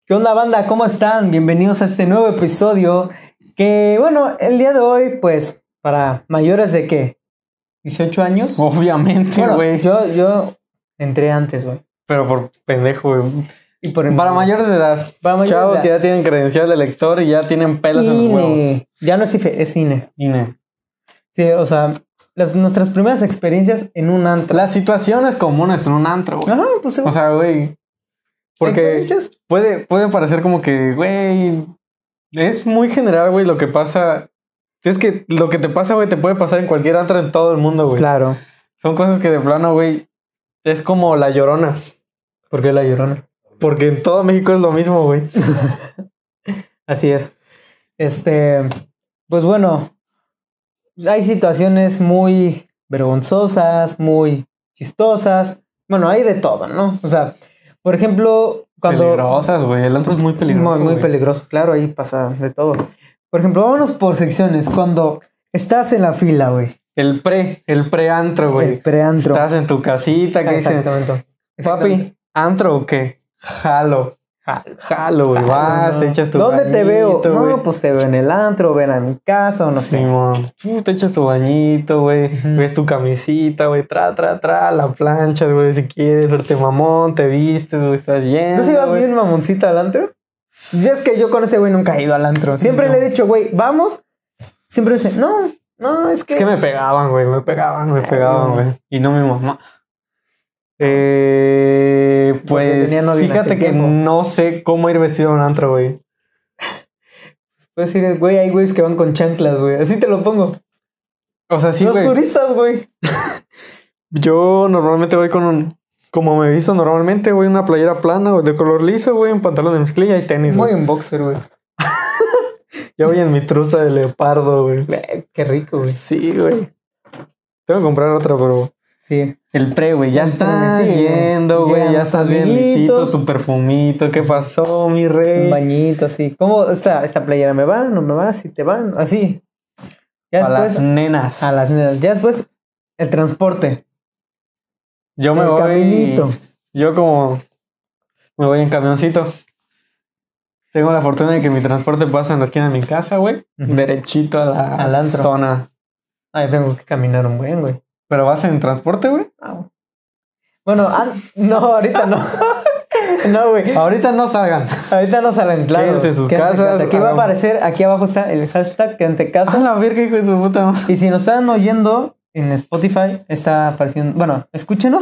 ¿Qué onda, banda? ¿Cómo están? Bienvenidos a este nuevo episodio que, bueno, el día de hoy, pues, para mayores de ¿qué? ¿18 años? Obviamente, güey. Bueno, yo entré antes, güey. Pero por pendejo, güey. Y por Para mayores de edad. Para mayores Chavos de edad. que ya tienen credencial de lector y ya tienen pelos en los huevos. Ya no es IFE, es INE. INE. Sí, o sea, nuestras primeras experiencias en un antro. Las situaciones comunes en un antro, güey. Ajá, pues sí. O sea, güey. Porque ¿Experiencias? puede parecer como que, güey, es muy general, güey, lo que pasa. Es que lo que te pasa, güey, te puede pasar en cualquier antro en todo el mundo, güey. Claro. Son cosas que de plano, güey, es como la Llorona. ¿Por qué la Llorona? Porque en todo México es lo mismo, güey. Así es. Pues bueno, hay situaciones muy vergonzosas, muy chistosas. Bueno, hay de todo, ¿no? O sea, por ejemplo, cuando... Peligrosas, güey. El antro es muy peligroso. Muy güey. peligroso, claro, ahí pasa de todo. Por ejemplo, vámonos por secciones. Cuando estás en la fila, güey. El preantro, güey. El preantro. Estás en tu casita, ¿qué dicen? Exactamente. Papi, ¿antro o qué? Jalo, güey. Vas, no. te echas tu ¿Dónde te veo? bañito, güey. No, pues te veo en el antro, ven a mi casa o no sé. Simón. Te echas tu bañito, güey. Ujú. Ves tu camisita, güey. La plancha, güey. Si quieres verte mamón, te vistes, güey. Estás bien. ¿Tú sí vas bien mamoncita al antro? Ya es que yo con ese güey nunca he ido al antro. Siempre No. le he dicho, güey, vamos. Siempre dice, no, es que... Es que me pegaban, güey. Me pegaban, güey. Y no mi mamá. Porque Pues tenía novio en fíjate aquel que tiempo. no sé cómo ir vestido a un antro, güey. Puedes decir, güey, hay güeyes que van con chanclas, güey. Así te lo pongo. O sea, sí, Los güey. turistas, güey. Yo normalmente voy con como me he visto normalmente, güey, una playera plana o de color liso, güey, un pantalón de mezclilla y tenis, Muy güey. en boxer, güey. Yo voy en mi truza de leopardo, güey. Qué rico, güey. Sí, güey. Tengo que comprar otra, pero... Sí. El pre, güey, ya El está pre, sí. yendo, güey, Llegan ya los está bien amiguitos. listito, su perfumito. ¿Qué pasó, mi Un rey? bañito, así. ¿Cómo esta playera me va? ¿No me va? Si te van. Así. Ya A después... las nenas. A las nenas. Ya después, el transporte. Yo me el voy... caminito. Yo como... Me voy en camioncito. Tengo la fortuna de que mi transporte pasa en la esquina de mi casa, güey. Ujú. Derechito a la Al antro. zona. Ay, tengo que caminar un buen, güey. ¿Pero vas en transporte, güey? Bueno, no, ahorita no. No, güey. Ahorita no salgan. Ahorita no salen, claro. Quédense en sus Quédense en casas. casa. Aquí va a Hagan- aparecer, aquí abajo está el hashtag quédate en A casa. la verga, hijo de su puta madre. Y si nos están oyendo en Spotify, está apareciendo. Bueno, escúchenos.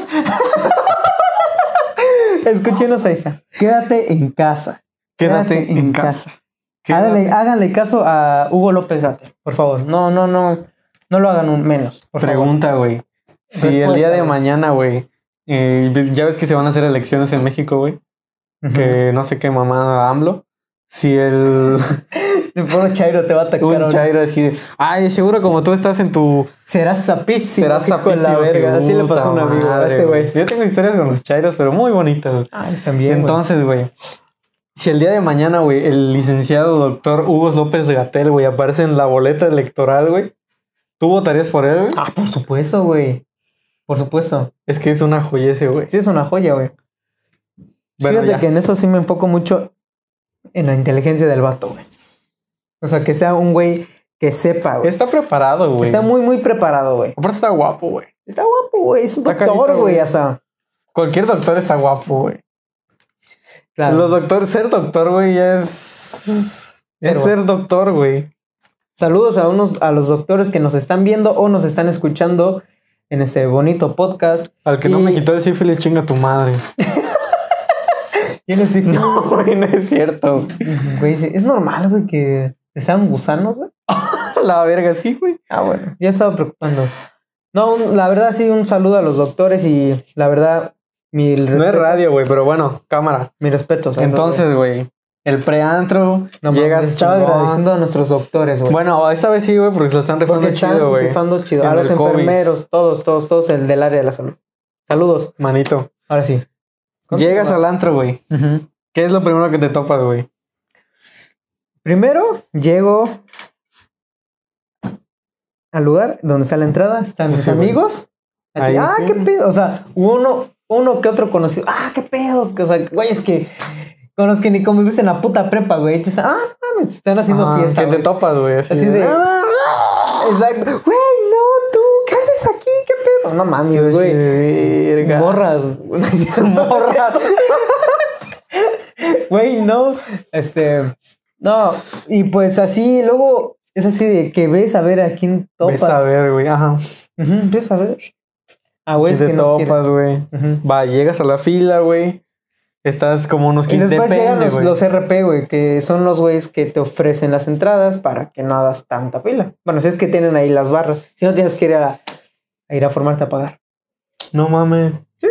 Escúchenos, ahí está. Quédate en casa. Quédate en casa. Háganle caso a Hugo López Gatell, por favor. No lo hagan menos. Por favor. Pregunta, güey. Si Respuesta, el día de güey. mañana, güey, ya ves que se van a hacer elecciones en México, güey. Ujú. Que no sé qué mamá AMLO. Si el... El puro Chairo te va a atacar un ahora. chairo así de... Ay, seguro como tú estás en tu... Serás sapísimo. Serás hijo de la sapísimo, verga. Así le puta pasó a un amigo a madre, este güey. Yo tengo historias con los chairos, pero muy bonitas, güey. Ay, también, güey. Entonces, güey, si el día de mañana, güey, el licenciado doctor Hugo López Gatell, güey, aparece en la boleta electoral, güey, ¿tú votarías por él, güey? Ah, por supuesto, güey. Por supuesto. Es que es una joya ese, güey. Sí, es una joya, güey. Bueno, Fíjate ya. que en eso sí me enfoco mucho en la inteligencia del vato, güey. O sea, que sea un güey que sepa, güey. Está preparado, Que güey. sea muy, muy preparado, güey. Aparte está guapo, güey. Está guapo, güey. Es un Está doctor, carita, güey. güey. O sea, Cualquier doctor está guapo, güey. claro. Los doctores, ser doctor, güey, ya es... Ser Es ser doctor, güey. Saludos a los doctores que nos están viendo o nos están escuchando en este bonito podcast. Al que no Y- me quitó el sífilis, chinga tu madre. ¿Tienes sífilis? No, güey, no es cierto. Güey, sí, es normal, güey, que te sean gusanos, güey. La verga, sí, güey. Ah, bueno, ya estaba preocupando. No, la verdad, sí, un saludo a los doctores y la verdad, mi No es respeto. radio, güey, pero bueno, cámara. Mi respeto. o sea, Entonces, güey, el preantro, no, llegas mames, estaba chingón. agradeciendo a nuestros doctores, güey. Bueno, esta vez sí, güey, porque se lo están rifando porque están chido, güey. rifando chido. En A los el COVID. enfermeros, todos, el del área de la salud. Saludos. Manito. Ahora sí. Llegas al antro, güey. Ujú. ¿Qué es lo primero que te topas, güey? Primero, llego al lugar donde está la entrada, están mis Sí, güey. amigos. Así, Ahí, qué sí. pedo. O sea, uno que otro conocido. Qué pedo. O sea, güey, es que con los que ni conviviste en la puta prepa, güey. Te están, mames, te están haciendo Ajá, fiesta, que te güey. topas, güey. Así de... Exacto. Güey, no, tú, ¿qué haces aquí? ¿Qué pedo? No mames, güey. Verga. Morras. Morras. Güey, no. No, y pues así, luego es así de que ves a ver a quién topa. Ves a ver, güey. Ajá. Ves a ver. Güey, Que es te que no quiere. topas, güey. Va, llegas a la fila, güey. Estás como unos Y 15, después llegan depende, güey. los RP, güey, que son los güeyes que te ofrecen las entradas para que no hagas tanta fila. Bueno, si es que tienen ahí las barras. Si no, tienes que ir a formarte a pagar. No mames.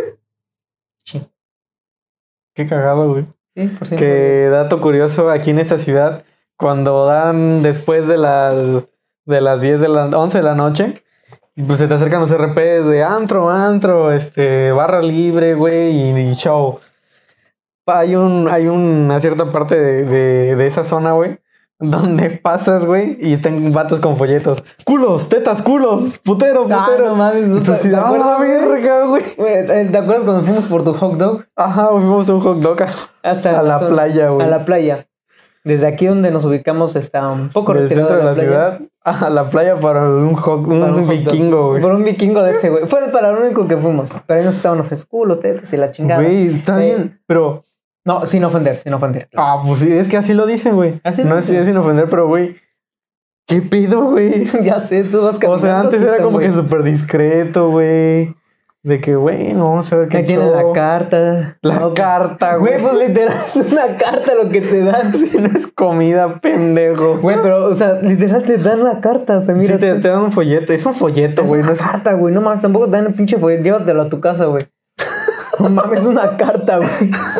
Sí. Qué cagado, güey. Sí, por si Que dato curioso, aquí en esta ciudad, cuando dan después de las 10 de la 11 de la noche, pues se te acercan los RPs de antro, barra libre, güey, y show. Hay una cierta parte de esa zona, güey, donde pasas, güey, y están vatos con folletos. Culos, tetas, culos, putero. no mames, no Entonces, te acuerdas, la verga, güey. ¿Te acuerdas cuando fuimos por tu hot dog? Ajá, fuimos a un hot dog Hasta a la playa, güey. A la playa. Desde aquí donde nos ubicamos está un poco Del retirado centro de la playa. ciudad a la playa para un Para un hot vikingo, dog. güey. Por un vikingo de ese, güey. Fue para lo único que fuimos. Pero ahí nos estaban ofreciendo culos, tetas y la chingada. Güey, está bien, pero... No, sin ofender, sin ofender. Ah, pues sí, es que así lo dicen, güey. Así No lo es dicen. sin ofender, pero, güey, ¿qué pedo, güey? Ya sé, tú vas O caminando. sea, antes aquí era está, como güey. que súper discreto, güey. De que, güey, no, vamos a ver qué Ahí tienen show. la carta. La No, carta, güey, güey. pues literal es una carta lo que te dan. Si no es comida, pendejo. Güey, pero, o sea, literal te dan la carta. O sea, mira. Sí, te dan un folleto. Es un folleto, es güey. una No es... carta, güey. No mames, tampoco te dan el pinche folleto. Llévatelo a tu casa, güey. No mames, es una carta, güey.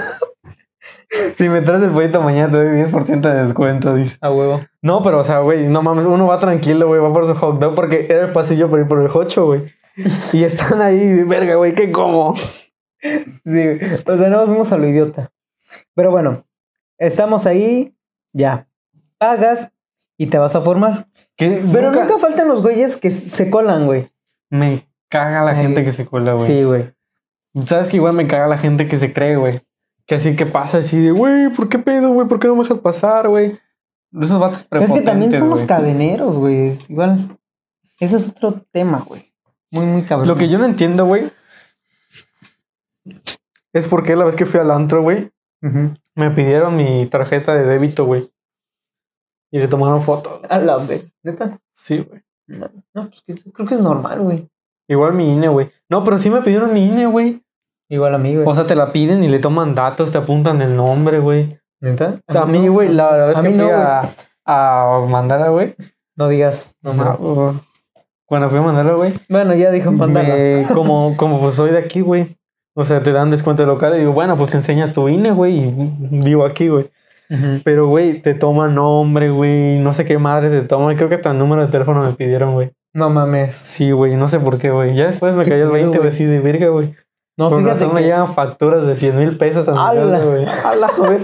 Si me traes el folleto mañana te doy 10% de descuento, dice. A huevo. No, pero, o sea, güey, no mames, uno va tranquilo, güey, va por su hot dog porque era el pasillo para ir por el hocho, güey. Y están ahí, verga, güey, ¿qué como? Sí, o sea, no nos fuimos a lo idiota. Pero bueno, estamos ahí, ya. Pagas y te vas a formar. Que Pero nunca faltan los güeyes que se colan, güey. Me caga la gente que se cuela, güey. Sí, güey. ¿Sabes que igual me caga la gente que se cree, güey? Que así que pasa así de, güey, ¿por qué pedo, güey? ¿Por qué no me dejas pasar, güey? Esos vatos Es prepotentes, que también son los güey. cadeneros, güey. Es igual. Ese es otro tema, güey. Muy, muy cabrón. Lo que yo no entiendo, güey, es por qué la vez que fui al antro, güey, Ujú. me pidieron mi tarjeta de débito, güey. Y le tomaron foto. A la vez. ¿Neta? Sí, güey. No, pues creo que es normal, güey. Igual mi INE, güey. No, pero sí me pidieron mi INE, güey. Igual a mí, güey. O sea, te la piden y le toman datos, te apuntan el nombre, güey. ¿Neta? O sea, a mí, güey, la vez a que mí fui no, a mandarla, güey. No digas. No. Cuando fui a mandarla, güey. Bueno, ya dijo Pandala. Como pues soy de aquí, güey. O sea, te dan descuento local y digo, bueno, pues te enseñas tu INE, güey, y vivo aquí, güey. Ujú. Pero, güey, te toman nombre, güey, no sé qué madre te toman. Creo que hasta el número de teléfono me pidieron, güey. No mames. Sí, güey, no sé por qué, güey. Ya después me ¿Qué cayó el pedo, 20, güey, güey? sí, de verga, güey. No, Con fíjate razón me que... llegan facturas de 100,000 pesos a mi ¡Hala! casa, güey. ¡Hala, güey!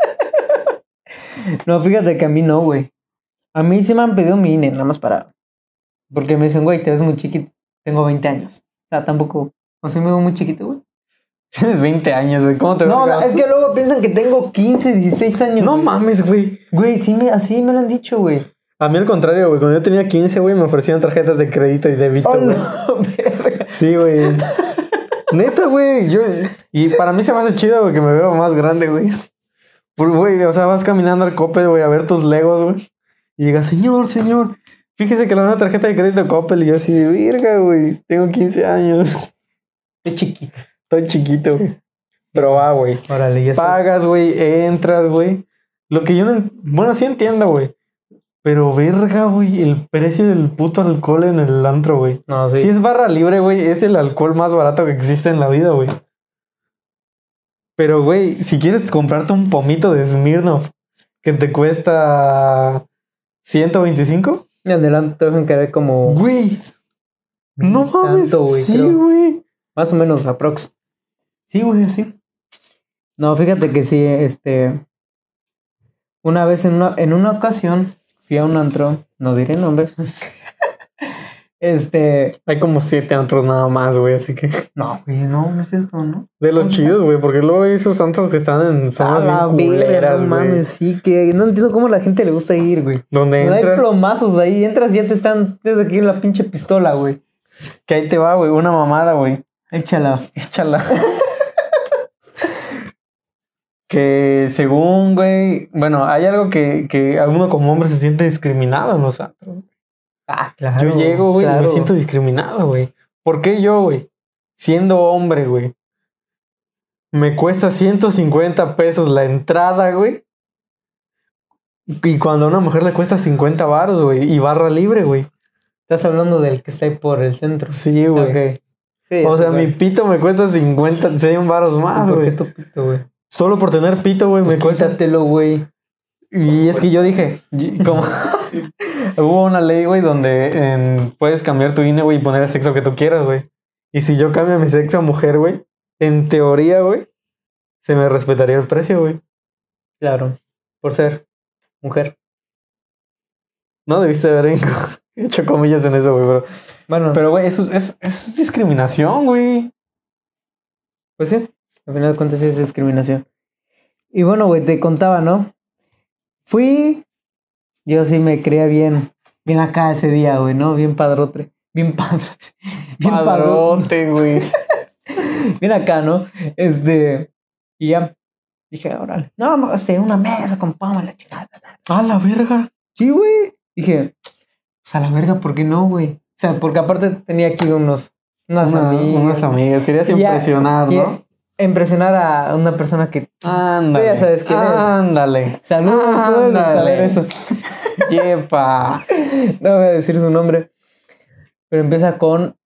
No, fíjate que a mí no, güey. A mí sí me han pedido mi INE, nada más para... Porque me dicen, güey, te ves muy chiquito. Tengo 20 años. O sea, tampoco... O sea, me veo muy chiquito, güey. Tienes 20 años, güey. ¿Cómo te ves? No, es que luego piensan que tengo 15, 16 años. No güey. mames, güey. Güey, sí así me lo han dicho, güey. A mí al contrario, güey. Cuando yo tenía 15, güey, me ofrecían tarjetas de crédito y débito, Oh, güey. no, verga. Sí, güey. Neta, güey. Y para mí se me hace chido, güey, que me veo más grande, güey. Güey, o sea, vas caminando al Coppel, güey, a ver tus Legos, güey. Y digas, señor, fíjese que le dan una tarjeta de crédito Coppel. Y yo así de virga, güey. Tengo 15 años. Qué chiquito. Estoy chiquito, güey. Pero va, güey. Órale, ya está. Pagas, güey, entras, güey. Lo que yo no... Bueno, sí entiendo, güey. Pero verga, güey, el precio del puto alcohol en el antro, güey. No, Si sí. es barra libre, güey, es el alcohol más barato que existe en la vida, güey. Pero, güey, si quieres comprarte un pomito de Smirnoff que te cuesta 125, En adelante te dejan caer como... güey, no mames. tanto, güey, Sí, creo. güey. Más o menos aprox. Sí, güey, así. No, fíjate que sí, una vez en una ocasión fui a un antro, no diré nombres, Hay como 7 antros nada más, güey, así que... No, güey, no es cierto, ¿no? De los chidos, güey, porque luego hay esos antros que están en zonas bien culeras, no güey. mames, sí, que no entiendo cómo a la gente le gusta ir, güey. Donde No hay entras, plomazos ahí, entras y ya te están desde aquí en la pinche pistola, güey. que ahí te va, güey, una mamada, güey. Échala. Échala. Que según, güey, bueno, hay algo que alguno como hombre se siente discriminado en los antros. Ah, claro. Yo llego, güey, y claro. me siento discriminado, güey. ¿Por qué yo, güey? Siendo hombre, güey. Me cuesta 150 pesos la entrada, güey. Y cuando a una mujer le cuesta 50 varos, güey. Y barra libre, güey. Estás hablando del que está ahí por el centro. Sí, güey. Ok. Sí, O sea, güey. mi pito me cuesta 50, 100 varos más, ¿Por qué güey. tu pito, güey? Solo por tener pito, güey, Pues me cuesta. quítatelo, güey. Y es que yo dije, como hubo una ley, güey, donde puedes cambiar tu INE, güey, y poner el sexo que tú quieras, güey. Y si yo cambio mi sexo a mujer, güey, en teoría, güey, se me respetaría el precio, güey. Claro. Por ser mujer. No debiste haber hecho comillas en eso, güey, Bueno, pero, güey, eso es discriminación, güey. pues sí. Al final de cuentas sí es discriminación. Y bueno, güey, te contaba, ¿no? Yo sí me creía bien acá ese día, güey, ¿no? Bien padrote. Bien padrote. Bien padrote. Padrote, güey. Bien acá, ¿no? Y ya dije, órale. No, vamos a hacer una mesa con pama, la chingada. A la verga. Sí, güey. Dije, pues a la verga, ¿por qué no, güey? O sea, porque aparte tenía aquí unas amigas. Unas amigas. Querías Y ya, impresionar, ¿no? Impresionar a una persona que Ándale. tú ya sabes quién es. Ándale. Saludos, puedes saber eso. Yepa. No voy a decir su nombre. Pero empieza con.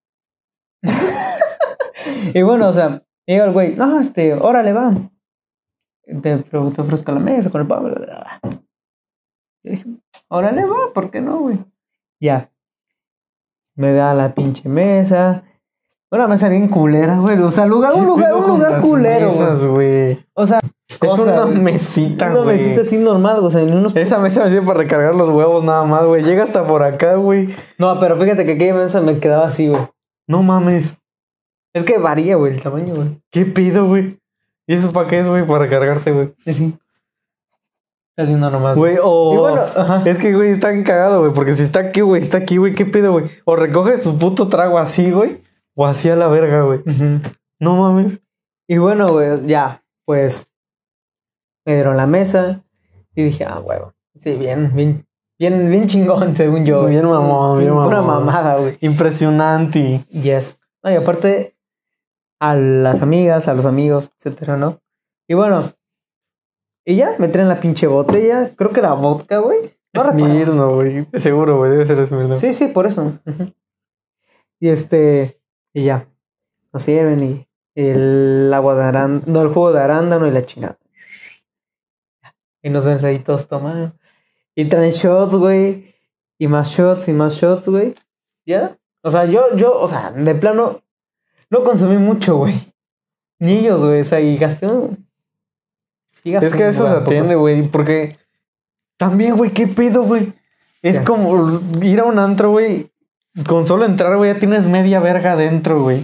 Y bueno, o sea, llega el güey, no, órale, va. Te ofrezco la mesa con el pan. Y dije, órale, va, ¿por qué no, güey? Ya. Me da la pinche mesa. Una mesa bien culera, güey. O sea, un lugar culero, güey. O sea, Es una mesita, güey. Una mesita así normal, o sea, en unos. Esa mesa me sirve para recargar los huevos nada más, güey. Llega hasta por acá, güey. No, pero fíjate que aquella mesa me quedaba así, güey. No mames. Es que varía, güey, el tamaño, güey. ¿Qué pido, güey? ¿Y eso para qué es, güey? Para recargarte, güey. Sí. Está haciendo nomás. Güey, o... Y bueno, ajá. Es que, güey, está cagado, güey. Porque si está aquí, güey, ¿qué pido, güey? O recoges tu puto trago así, güey. O así a la verga, güey. Uh-huh. No mames. Y bueno, güey, ya, pues me dieron la mesa y dije, huevo. Sí, bien chingón, según yo. Bien mamón, bien Una mamón. mamada, güey. Impresionante. Yes. No, y aparte, a las amigas, a los amigos, etcétera, ¿no? Y bueno, y ya, me traen la pinche botella. Creo que era vodka, güey. No recuerdo. Esmirno, güey. Seguro, güey. Debe ser Esmirno. Sí, por eso. Uh-huh. Y y ya. Nos sirven y el agua de arándano, no, el jugo de arándano y la chingada. Y nos ven ahí todos tomando. Y traen shots, güey. Y más shots, güey. ¿Ya? O sea, yo, o sea, de plano, no consumí mucho, güey. Ni ellos, güey. O sea, y gasté es que eso se atiende, güey. Porque también, güey, ¿qué pedo, güey? Es como ir a un antro, güey. Con solo entrar, güey, ya tienes media verga adentro, güey.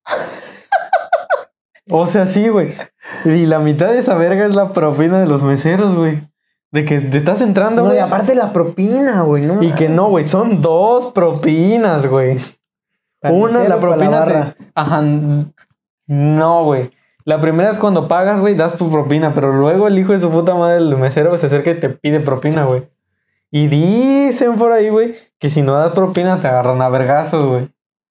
O sea, sí, güey. Y la mitad de esa verga es la propina de los meseros, güey. De que te estás entrando, güey. No, y aparte la propina, güey. No, y que no, güey. Son 2 propinas, güey. Una, la propina. Ajá. No, güey. La primera es cuando pagas, güey, das tu propina. Pero luego el hijo de su puta madre, el mesero, se acerca y te pide propina, güey. Y dicen por ahí, güey, que si no das propina te agarran a vergazos, güey.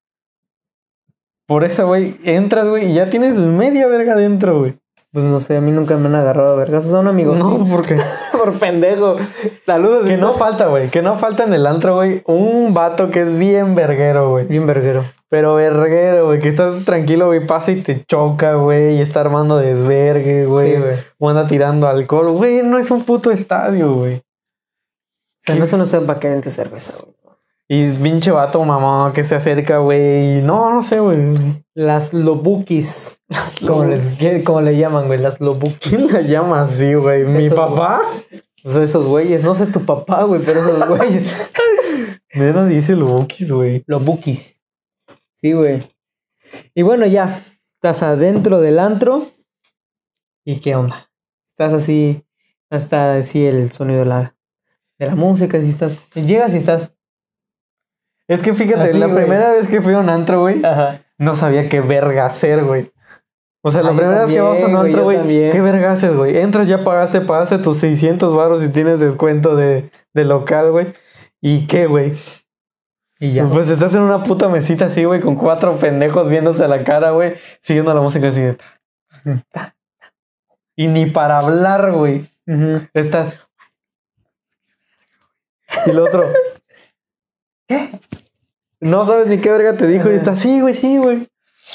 Por eso, güey, entras, güey, y ya tienes media verga adentro, güey. Pues no sé, a mí nunca me han agarrado a vergazos. Son amigos. No, ¿sí? ¿por qué? Por pendejo. Saludos. Que no falta, güey. Que no falta en el antro, güey, un vato que es bien verguero, güey. Bien verguero. Pero verguero, güey, que estás tranquilo, güey, pasa y te choca, güey, y está armando desvergue, güey. Sí, güey. O anda tirando alcohol, güey, no es un puto estadio, güey. O sea, no se nos para que vente cerveza, güey. Y pinche vato mamá que se acerca, güey. No sé, güey. Las lobukis. Como le llaman, güey. Las lobukis. ¿Quién la llama así, güey? ¿Mi Eso, papá? Pues esos güeyes. No sé tu papá, güey, pero esos güeyes. Nena dice los bookies, güey. Los bookies. Sí, güey. Y bueno, ya. Estás adentro del antro. ¿Y qué onda? Estás así. Hasta así el sonido de la música. Si estás. Llegas y estás. Es que fíjate, Así, la güey. primera vez que fui a un antro, güey, Ajá. no sabía qué verga hacer, güey. O sea, la Ah, yo primera vez que vas a un también, güey, antro, yo güey, también. ¿qué verga haces, güey? Entras, ya pagaste tus 600 baros y tienes descuento de local, güey. ¿Y qué, güey? Y ya. Pues estás en una puta mesita así, güey, con 4 pendejos viéndose a la cara, güey, siguiendo la música así de... Y ni para hablar, güey. Ujú. Estás... Y el otro... ¿Qué? No sabes ni qué verga te dijo y está, sí, güey, sí, güey.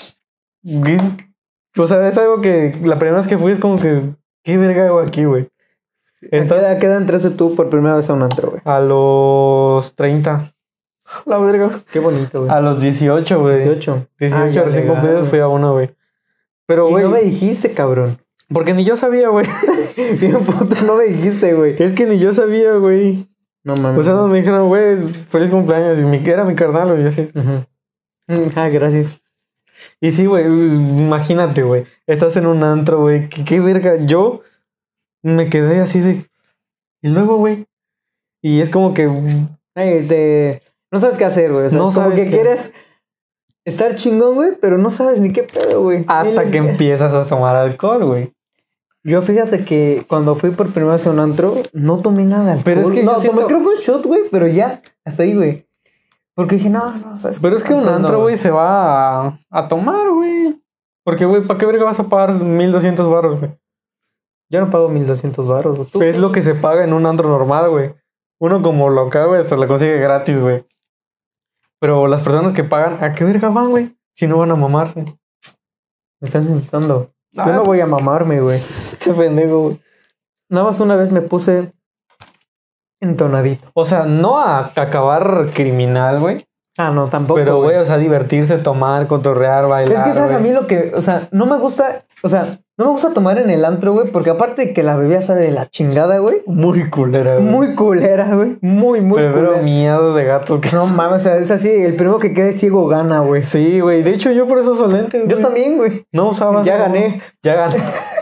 O sea, es algo que la primera vez que fui es como que, ¿qué verga hago aquí, güey? ¿A qué edad entraste tú por primera vez a un antro, güey? A los 30. La verga. Qué bonito, güey. A los 18, güey. 18. 18 ya, recién legal, cumplidos güey. fui a uno, güey. Pero, Y güey, no me dijiste, cabrón. porque ni yo sabía, güey. Bien puto, no me dijiste, güey. Es que ni yo sabía, güey. No mames. O sea, no me dijeron, güey, feliz cumpleaños. Y era mi carnal, güey, yo así. Ujú. Ah, gracias. Y sí, güey, imagínate, güey. Estás en un antro, güey. ¿Qué verga? Yo me quedé así de... Y luego, güey. Y es como que... Ay, no sabes qué hacer, güey. O sea, No como sabes que qué. quieres estar chingón, güey, pero no sabes ni qué pedo, güey. Hasta que empiezas a tomar alcohol, güey. Yo fíjate que cuando fui por primera vez a un antro, no tomé nada de alcohol. Pero es que no, yo siento- tomé creo que un shot, güey, pero ya, hasta ahí, güey. Porque dije, no, ¿sabes qué? Pero es que un Alcohol antro, no, güey, se va a tomar, güey. Porque, güey, ¿para qué verga vas a pagar 1200 baros, güey? Yo no pago 1200 baros, güey. Tú Es sí. lo que se paga en un antro normal, güey. Uno como local, güey, hasta la consigue gratis, güey. Pero las personas que pagan, ¿a qué verga van, güey? Si no van a mamarse. Me estás insultando. Yo Ah, no voy a mamarme, güey. Qué pendejo, güey. Nada más una vez me puse entonadito. O sea, no a acabar criminal, güey. Ah, no, tampoco. Pero, güey, o sea, divertirse, tomar, cotorrear, bailar. Es que, ¿sabes? A güey. mí lo que, o sea, no me gusta tomar en el antro, güey, porque aparte de que la bebida sabe de la chingada, güey. Muy culera, güey. Muy culera, güey. Muy Pero culera. miedo de gato. Que... No mames, o sea, es así, el primero que quede ciego gana, güey. Sí, güey. De hecho, yo por eso uso lentes, Yo güey. también, güey. No usaba. Ya no. gané. Ya gané.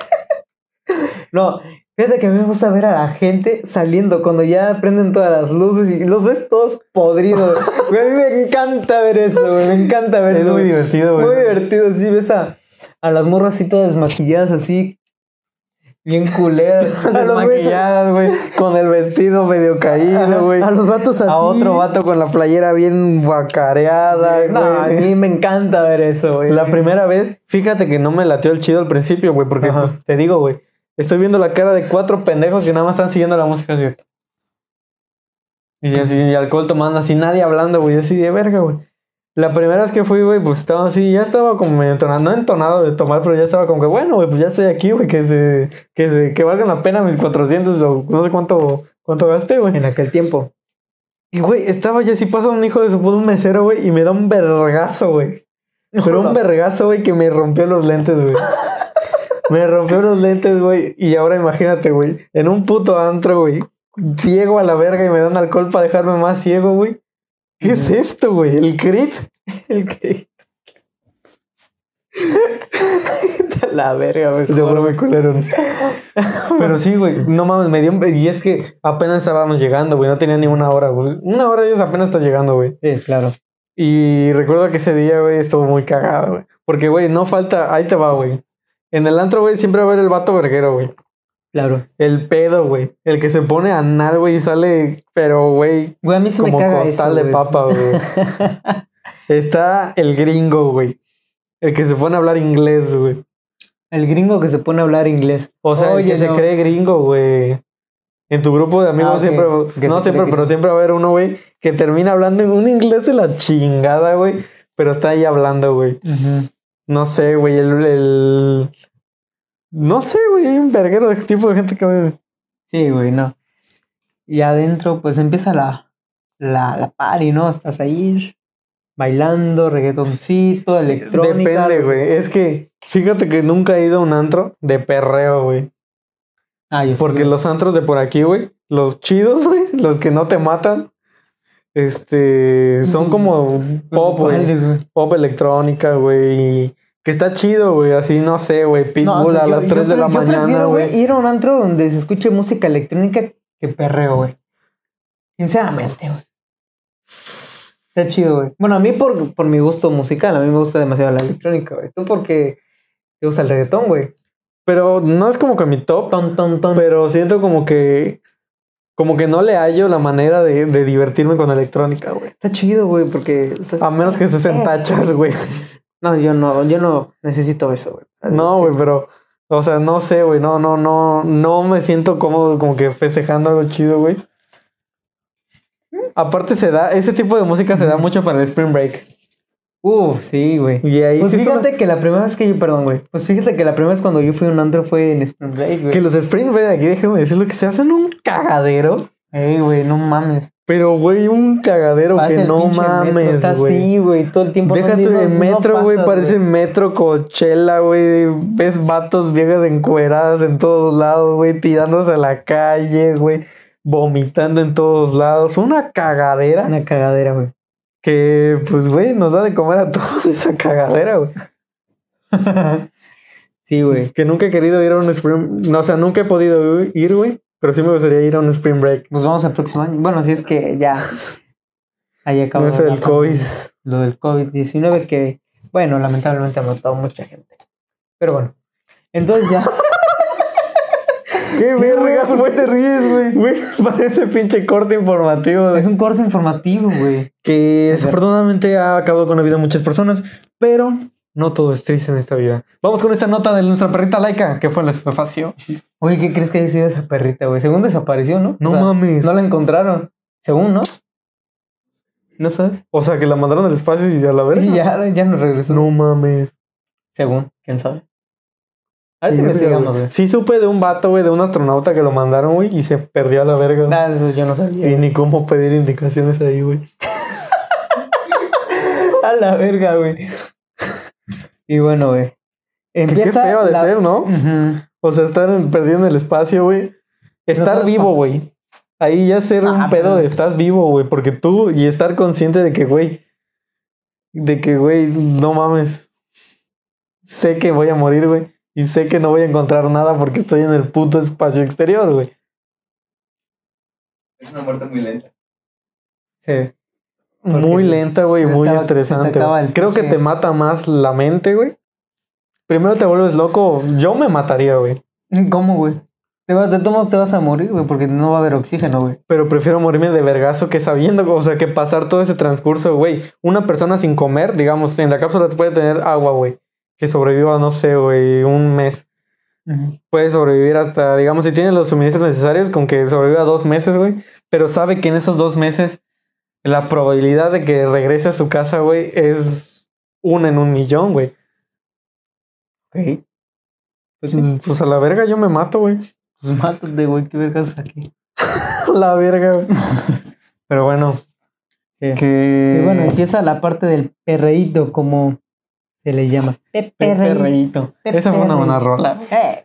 No, fíjate que a mí me gusta ver a la gente saliendo cuando ya prenden todas las luces y los ves todos podridos. Güey, a mí me encanta ver eso, güey. Me encanta ver Es eso. muy güey. divertido, güey. Muy divertido, sí, ves a las morras así todas desmaquilladas, así, bien culeras. A los güeyes- Maquilladas, güey. Con el vestido medio caído, güey. a los vatos así. A otro vato con la playera bien guacareada, No, a güey. mí me encanta ver eso, güey. La primera vez, fíjate que no me latió el chido al principio, güey, porque Ajá. pues, te digo, güey, estoy viendo la cara de 4 pendejos que nada más están siguiendo la música así. Y así, y alcohol tomando así, nadie hablando, güey, así de verga, güey. La primera vez que fui, güey, pues estaba así, ya estaba como medio entonado, no entonado de tomar, pero ya estaba como que, bueno, güey, pues ya estoy aquí, güey, que valgan la pena mis 400 o no sé cuánto gasté, güey. En aquel tiempo. Y, güey, estaba ya así, pasa un hijo de su puta, un mesero, güey, y me da un vergazo, güey. Pero un vergazo, güey, que me rompió los lentes, güey. Me rompió los lentes, güey. Y ahora imagínate, güey, en un puto antro, güey, ciego a la verga y me dan alcohol para dejarme más ciego, güey. ¿Qué es esto, güey? ¿El crit? El que... La verga, güey. Seguro me culero. Pero sí, güey, no mames, me dio... Y es que apenas estábamos llegando, güey, no tenía ni una hora, güey. Una hora ellos apenas está llegando, güey. Sí, claro. Y recuerdo que ese día, güey, estuvo muy cagado, güey. Porque, güey, no falta... Ahí te va, güey. En el antro, güey, siempre va a haber el vato verguero, güey. Claro. El pedo, güey. El que se pone a andar, güey, y sale... Pero, güey, Güey, a mí se me como caga costal eso, de güey. papa, güey. Está el gringo, güey. El que se pone a hablar inglés, güey. El gringo que se pone a hablar inglés. O sea, el que se no. cree gringo, güey. En tu grupo de amigos Ah, ok. siempre... Que No se siempre, cree pero gringo. siempre va a haber uno, güey, que termina hablando en un inglés de la chingada, güey. Pero está ahí hablando, güey. Ujú. No sé, güey, No sé, güey, hay un verguero de tipo de gente que... güey. Sí, güey, no. Y adentro, pues empieza la party, ¿no? Estás ahí bailando, reggaetoncito, electrónica. Depende, güey. Es que, fíjate que nunca he ido a un antro de perreo, güey. Ah, yo sí, Porque güey. los antros de por aquí, güey, los chidos, güey, los que no te matan, Son como pop, güey. Pop electrónica, güey. Que está chido, güey. Así, no sé, güey. Pitbull a las 3 de la mañana, güey. Ir a un antro donde se escuche música electrónica que perreo, güey. Sinceramente, güey. Está chido, güey. Bueno, a mí por mi gusto musical, a mí me gusta demasiado la electrónica, güey. Tú porque te gusta el reggaetón, güey. Pero no es como que mi top. Pero siento como que no le hallo la manera de divertirme con electrónica, güey. Está chido, güey, porque... A menos que estés en tachas, güey. No, yo no necesito eso, güey. No, güey, pero... O sea, no sé, güey. No me siento cómodo como que festejando algo chido, güey. Aparte ese tipo de música se da mucho para el Spring Break. Sí, güey. Y ahí pues fíjate que la primera vez perdón, güey. Pues fíjate que la primera vez cuando yo fui a un antro fue en Spring Break, güey. Que los Spring Break aquí, déjame decirlo, que se hacen un cagadero. Güey, no mames. Pero, güey, un cagadero que no mames, güey. Sí, güey, todo el tiempo. Déjate de metro, güey, parece metro Coachella, güey. Ves vatos viejas encueradas en todos lados, güey, tirándose a la calle, güey. Vomitando en todos lados. Una cagadera. Una cagadera, güey. Que, pues, güey, nos da de comer a todos esa cagadera, güey. Sí, güey. Que nunca he querido ir a un Spring... No, o sea, nunca he podido ir, güey. Pero sí me gustaría ir a un Spring Break. Pues vamos al próximo año. Bueno, si es que ya... Ahí acabó. Eso del COVID. Lo del COVID-19 que, bueno, lamentablemente ha matado a mucha gente. Pero bueno. Entonces ya... ¡Qué verga! ¿Por qué te ríes, güey? Güey, parece pinche corte informativo. Es un corte informativo, güey. Que desafortunadamente ha acabado con la vida de muchas personas. Pero no todo es triste en esta vida. Vamos con esta nota de nuestra perrita Laika, que fue en la estupefacio. Oye, ¿qué crees que haya sido esa perrita, güey? Según desapareció, ¿no? No mames. No la encontraron. Según, ¿no? ¿No sabes? O sea, que la mandaron al espacio y a la vez. Sí, ya no regresó. No mames. Según, ¿quién sabe? Ahorita investigamos, güey. Sí supe de un vato, güey, de un astronauta que lo mandaron, güey, y se perdió a la verga. Nada, eso yo no sabía. Y ni cómo pedir indicaciones ahí, güey. A la verga, güey. Y bueno, güey. Empieza. Qué feo de ser, ¿no? O sea, estar perdido en el espacio, güey. Estar vivo, güey. Ahí ya ser un pedo de estás vivo, güey. Porque tú, y estar consciente de que, güey, no mames. Sé que voy a morir, güey. Y sé que no voy a encontrar nada porque estoy en el puto espacio exterior, güey. Es una muerte muy lenta. Sí. Muy lenta, güey. Muy estresante. Creo que te mata más la mente, güey. Primero te vuelves loco. Yo me mataría, güey. ¿Cómo, güey? De todos te vas a morir, güey, porque no va a haber oxígeno, güey. Pero prefiero morirme de vergazo que sabiendo, o sea, que pasar todo ese transcurso, güey. Una persona sin comer, digamos, en la cápsula puede tener agua, güey. Que sobreviva, no sé, güey, un mes. Puede sobrevivir hasta, digamos, si tiene los suministros necesarios, con que sobreviva 2 meses, güey. Pero sabe que en esos 2 meses la probabilidad de que regrese a su casa, güey, es 1 en 1,000,000, güey. Ok. Pues a la verga yo me mato, güey. Pues mátate, güey, ¿qué vergas es aquí? La verga, güey. Pero bueno. Sí. Y bueno, empieza la parte del perreíto, como se le llama. Perreíto. Esa fue una buena rola.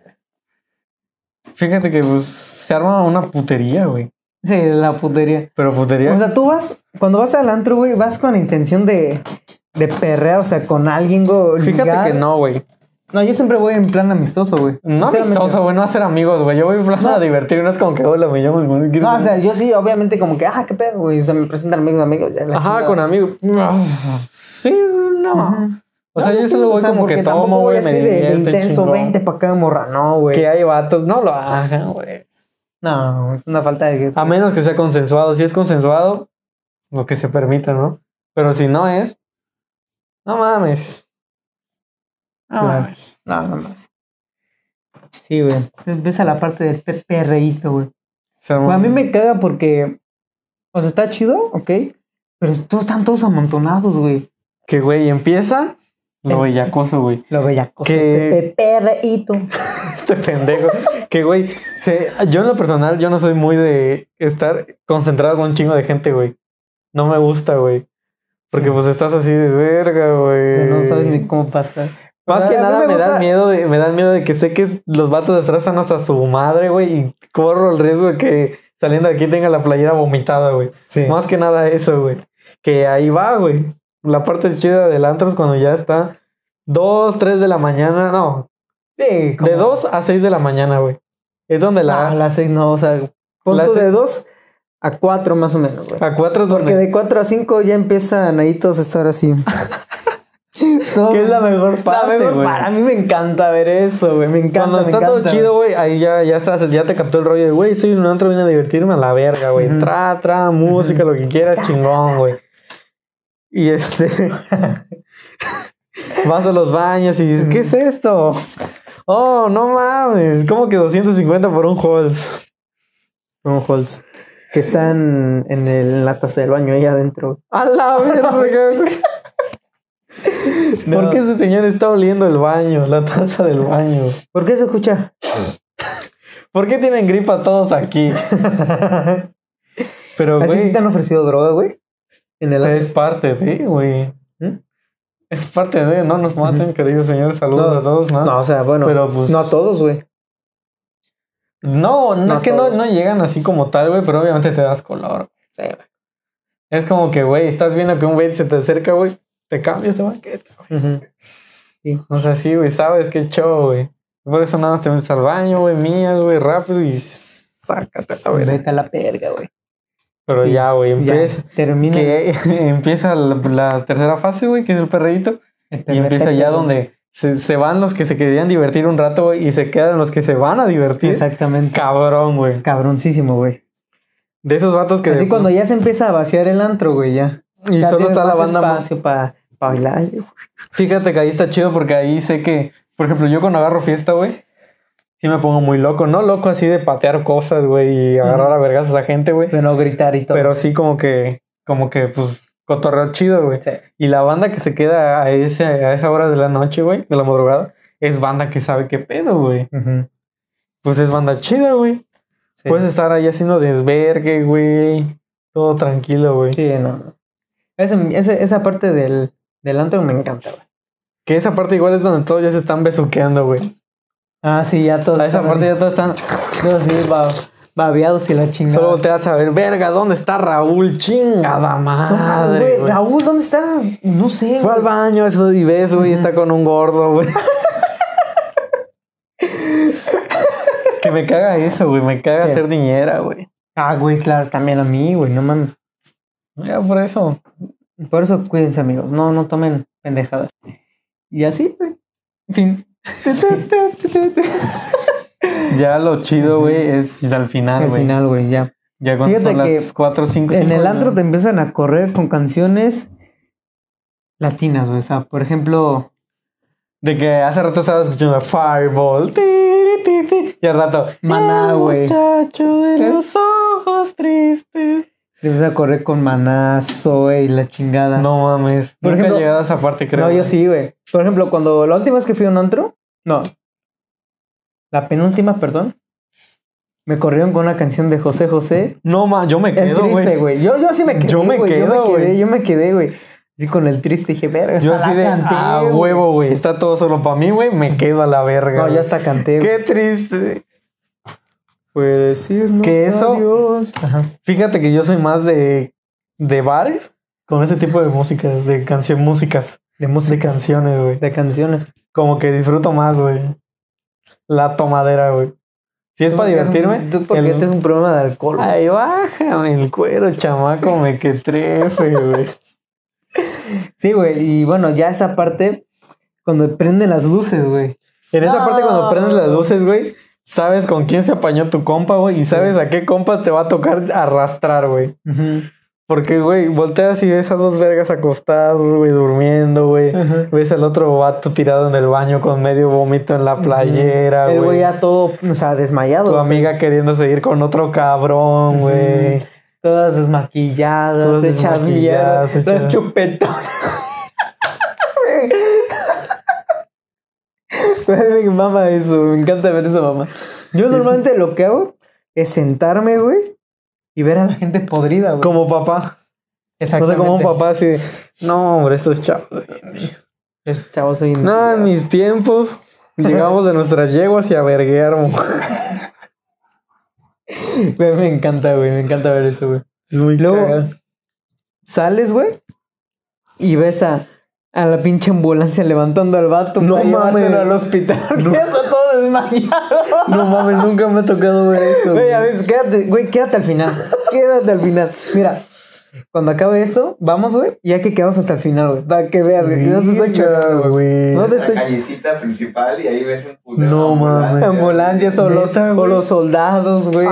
Fíjate que pues se arma una putería, güey. Sí, la putería. Pero putería. O sea, tú cuando vas al antro, güey, vas con intención de perrear, o sea, con alguien, güey. Fíjate que no, güey. No, yo siempre voy en plan amistoso, güey. No amistoso, güey, no a ser amigos, güey. Yo voy en plan a divertirme, no es como que hola, me llamo. No, o sea, yo sí, obviamente, como que, qué pedo, güey. O sea, me presentan amigos. Ajá, con amigos. Sí, no. O sea, yo solo voy como que tomo, güey, me de intenso, 20 pa' acá, morra, no, güey. Que hay vatos, no lo hagan, güey. No, es una falta de... A menos que sea consensuado. Si es consensuado, lo que se permita, ¿no? Pero si no es, no mames. No mames. No más. Sí, güey. Empieza la parte del perreíto, güey. A mí me caga porque... O sea, está chido, ok. Pero están todos amontonados, güey. Que, güey, empieza... Lo bellacoso, güey. Lo bellacoso. Perreíto. Este pendejo. Que, güey, yo en lo personal, yo no soy muy de estar concentrado con un chingo de gente, güey. No me gusta, güey. Porque, pues, estás así de verga, güey. No sabes ni cómo pasar. Más que nada me da miedo de que sé que los vatos de atrás están hasta su madre, güey. Y corro el riesgo de que saliendo de aquí tenga la playera vomitada, güey. Sí. Más que nada eso, güey. Que ahí va, güey. La parte chida del antro es cuando ya está 2, 3 de la mañana. No, Sí, de 2 a 6 de la mañana, güey. Es donde A las 6 no, o sea, punto Las de seis- 2 a 4 más o menos, güey. a 4 es Porque donde... de 4 a 5 ya empiezan ahí todos a estar así. No, Que es la mejor parte, güey. para mí me encanta ver eso, güey. Me encanta, Cuando me está encanta. todo chido, güey, ahí ya estás, ya te captó el rollo de, güey, estoy en un antro, vine a divertirme a la verga, güey. Ujú. Música, Ujú. lo que quieras, chingón, güey. Y vas a los baños y dices, ¿qué es esto? Oh, no mames, ¿cómo que 250 por un Halls? Un Holz. Que están en la taza del baño ahí adentro. A la verga, güey. No. ¿Por qué ese señor está oliendo el baño, la taza del baño? ¿Por qué se escucha? ¿Por qué tienen gripa todos aquí? Pero, ¿A ti sí güey, te han ofrecido droga, güey? En el es parte de, güey. ¿Mm? Es parte de, no nos maten, queridos señores, saludos No, a todos, ¿no? No, o sea, bueno, Pero, pues, no a todos, güey. No, No es que todos. no llegan así como tal, güey, pero obviamente te das color. Sí, güey. Es como que, güey, estás viendo que un güey se te acerca, güey, te cambias de banqueta. Ujú. O sea, sí, güey, sabes qué show, güey. Por eso nada más te metes al baño, güey, mías, güey, rápido y sácate a la verga. Vete a la verga, güey. Pero Sí, ya, güey, Ya, empieza. termina. Que empieza la tercera fase, güey, que es el perreíto. Y empieza ya donde se van los que se querían divertir un rato, güey, y se quedan los que se van a divertir. Exactamente. Cabrón, güey. Cabroncísimo, güey. De esos vatos que... Así cuando ya se empieza a vaciar el antro, güey, ya. Y Ya solo tienes está la más banda... espacio para bailar. Fíjate que ahí está chido porque ahí sé que... Por ejemplo, yo cuando agarro fiesta, güey, sí me pongo muy loco. No loco así de patear cosas, güey, y agarrar a vergas a gente, güey. De no gritar y todo. Pero sí como que, pues, cotorreo chido, güey. Sí. Y la banda que se queda a esa hora de la noche, güey, de la madrugada, es banda que sabe qué pedo, güey. Ujú. Pues es banda chida, güey. Sí. Puedes estar ahí haciendo desvergue, güey. Todo tranquilo, güey. Sí, no. Esa parte del antro me encanta, güey. Que esa parte igual es donde todos ya se están besuqueando, güey. Ah, sí, ya todos. A esa están parte así, ya todos están... todos así babeados y la chingada. Solo te vas a ver, verga, ¿dónde está Raúl? Chingada No, madre, güey, güey. Raúl, ¿dónde está? No sé, Fue al güey. baño, eso y ves, güey, está con un gordo, güey. Que me caga eso, güey, me caga ¿Qué? ser niñera, güey. Ah, güey, claro, también a mí, güey, no mames. Ya por eso. Por eso cuídense, amigos. No tomen pendejadas. Y así, güey. En fin. Ya lo chido, güey, es al final, Al güey. final, güey, ya. Ya cuando Fíjate son que las 4, 5, En el antro te empiezan a correr con canciones latinas, güey. O sea, por ejemplo, De que hace rato estaba escuchando Fireball. Ti, ti, ti, y al rato. Maná, "El güey". muchacho de ¿Qué? los ojos tristes. te empieza a correr con Manazo, güey, y la chingada. No mames. Por Nunca ejemplo- he llegado a esa parte, creo. No, yo güey. sí, güey. Por ejemplo, cuando la última vez que fui a un antro, no. La penúltima, perdón. Me corrieron con una canción de José José. No, yo me Es quedo, triste, güey. güey. Yo sí me quedé. Yo me güey, quedo, güey. Yo me quedé, güey. Así con el triste dije, verga, Yo hasta así la de canté, a güey. huevo, güey. Está todo solo para mí, güey. Me quedo a la verga. No, güey. ya hasta canté, güey. Qué triste. Fue decirnos Que eso- adiós. Ajá. Fíjate que yo soy más de bares con ese tipo de música, de músicas, De de música. canciones, güey. De canciones. Como que disfruto más, güey. La tomadera, güey. Si es para divertirme. Tú porque este es un problema de alcohol. güey. Ay, bájame el cuero, chamaco, me que trefe, güey. Sí, güey. Y bueno, ya esa parte, cuando prenden las luces, güey. En esa No. parte cuando prendes las luces, güey, sabes con quién se apañó tu compa, güey, y sabes a qué compas te va a tocar arrastrar, güey. Ujú. Porque, güey, volteas y ves a dos vergas acostados, güey, durmiendo, güey. Ajá. Ves al otro vato tirado en el baño con medio vómito en la playera, El güey güey. ya todo, o sea, desmayado. Tu o sea, amiga queriendo seguir con otro cabrón, güey. Todas desmaquilladas, Todas hechas mierda. desmaquilladas, Las hechas- chupetonas. Güey, me mama eso, me encanta ver eso, mamá. Yo normalmente lo que hago es sentarme, güey, y ver a la gente podrida, güey. Como papá. No sé, Exactamente. como un papá así de, no, hombre, estos chavos. Esos chavos hoy en No, en día. mis tiempos llegamos de nuestras yeguas y a verguear. Güey, me encanta ver eso, güey. Es muy Luego, cagado. sales, güey, y ves a la pinche ambulancia levantando al vato No para llevárselo mames. al hospital. No. Ya está todo desmayado. No mames, nunca me ha tocado ver eso. Güey, a ver, quédate al final. Quédate al final. Mira, cuando acabe eso, vamos, güey, y ya que quedamos hasta el final, güey, para que veas, güey. No te estoy chocando, güey. No te Es la estoy... callecita principal y ahí ves un putero No, de mames. Ambulancias o Neta, güey. los soldados, güey.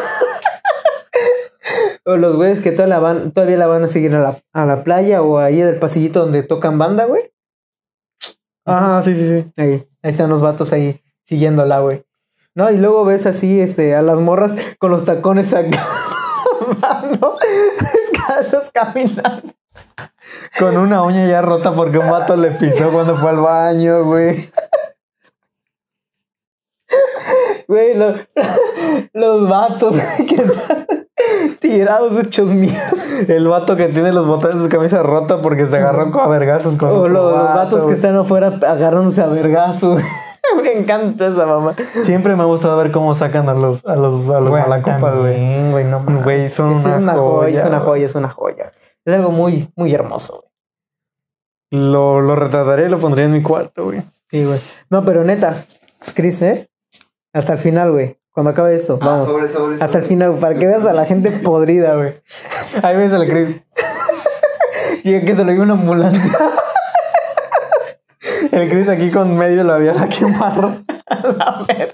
O los güeyes que todavía la van a seguir a la playa o ahí del pasillito donde tocan banda, güey. Ajá, sí. Ahí están los vatos ahí siguiéndola, güey. No, y luego ves así, a las morras con los tacones acá, mano, descalzos caminando. Con una uña ya rota porque un vato le pisó cuando fue al baño, güey. Güey, los vatos que están tirados hechos mierda. El vato que tiene los botones de su camisa rota porque se agarró a vergazos con O otro los vato, vatos que güey. están afuera agarrándose a vergazos. Me encanta esa mamá. Siempre me ha gustado ver cómo sacan a los malacopas, güey. Güey, no mames. Güey, son Es una joya, es una güey. joya, es una joya. Es algo muy, muy hermoso, güey. Lo retrataría y lo pondría en mi cuarto, güey. Sí, güey. No, pero neta, Chris, hasta el final, güey. Cuando acabe esto, vamos. Sobre. Hasta el final, para que veas a la gente podrida, güey. Ahí ves al Chris. Llega que se lo lleva una ambulancia. El Chris aquí con medio labial a quemarro. La verga.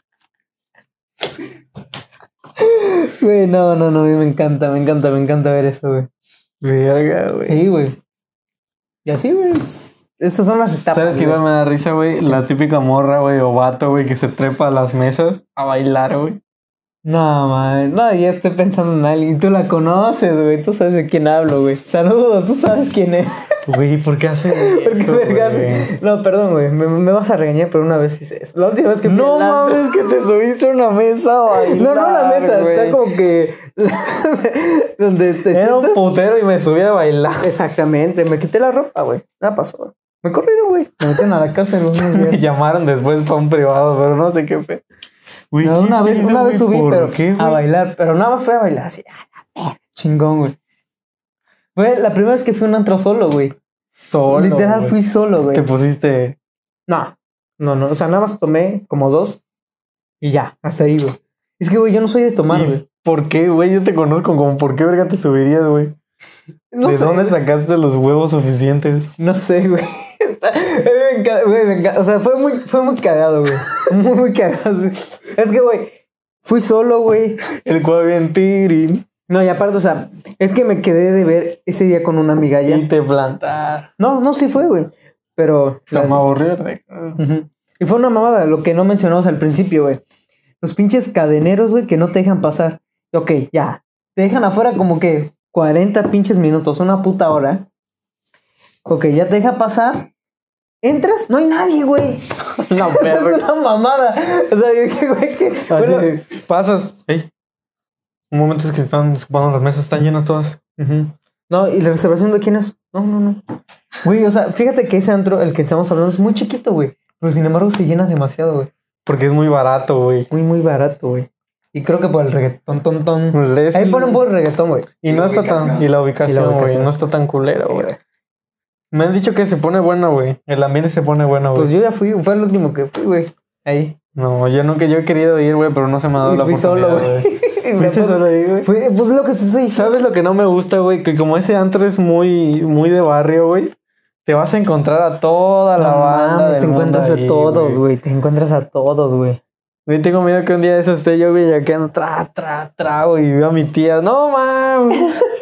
Güey, no, a mí me encanta ver eso, güey. Verga, güey. Sí, güey. Y así, güey. Esas son las etapas. ¿Sabes que igual me da risa, güey? La típica morra, güey, o vato, güey, que se trepa a las mesas a bailar, güey. No, man. No, ya estoy pensando en alguien. Tú la conoces, güey. Tú sabes de quién hablo, güey. Saludos, tú sabes quién es. Güey, ¿por qué hace ¿Por qué eso, vergas? güey? No, perdón, güey. Me vas a regañar, pero una vez hice eso. La última vez que fui No al antro- mames, que te subiste a una mesa a bailar. No, la mesa. güey. Está como que... donde te Era un sientas. putero y me subí a bailar. Exactamente. Me quité la ropa, güey. Nada pasó. Me corrieron, güey. Me metieron a la cárcel unos Me días. llamaron después para un privado, pero no sé qué fue. Güey, No, ¿qué una vez pedo, güey? subí, ¿Por pero qué, a güey? bailar. Pero nada más fue a bailar así. A la verga, chingón, güey. Fue la primera vez que fui a un antro solo, güey. Solo, Literal güey. fui solo, güey. Te pusiste... No. O sea, nada más tomé como 2 y ya, hasta ahí, güey. Es que, güey, yo no soy de tomar, ¿Y güey. ¿Por qué, güey? Yo te conozco, como ¿por qué verga te subirías, güey? No ¿De sé, dónde güey. sacaste los huevos suficientes? No sé, güey. Me encanta, güey, me encanta. O sea, fue muy cagado, güey. Muy cagado. Sí. Es que, güey, fui solo, güey. El cual bien tirín. No, y aparte, o sea, es que me quedé de ver ese día con una amiga ya. Y te plantar. No, sí fue, güey. Pero... Como aburrido. Ujú. Y fue una mamada, lo que no mencionamos al principio, güey. Los pinches cadeneros, güey, que no te dejan pasar. Ok, ya. Te dejan afuera como que 40 pinches minutos, una puta hora. Ok, ya te deja pasar. Entras, no hay nadie, güey. La Eso perra. es una mamada. O sea, yo dije, güey, que... Así bueno, que pasas. Ey. Un momento es que están desocupando las mesas, están llenas todas. ujú. No, ¿y la reservación de quién es? No. Güey, o sea, fíjate que ese antro, el que estamos hablando, es muy chiquito, güey. Pero sin embargo se llena demasiado, güey. Porque es muy barato, güey. Muy barato, güey. Y creo que por el reggaetón, ton. Pues Ahí ponen por el reggaetón, güey. Y no está tan. Y la ubicación, güey. ubicación. No está tan culero, güey. Me han dicho que se pone bueno, güey. El ambiente se pone bueno, güey. Pues yo ya fui, fue el último que fui, güey. Ahí. No, yo nunca, yo he querido ir, güey, pero no se me ha dado Y la fui oportunidad, solo, güey. ¿Fuiste solo ahí, güey? Pues lo que soy. ¿Sabes lo que no me gusta, güey? Que como ese antro es muy de barrio, güey, te vas a encontrar a toda la No banda mames, del te encuentras mundo ahí, a todos, güey. Te encuentras a todos, güey. Güey, tengo miedo que un día de eso esté yo, güey, ya que ando güey, y veo a mi tía. ¡No, mames!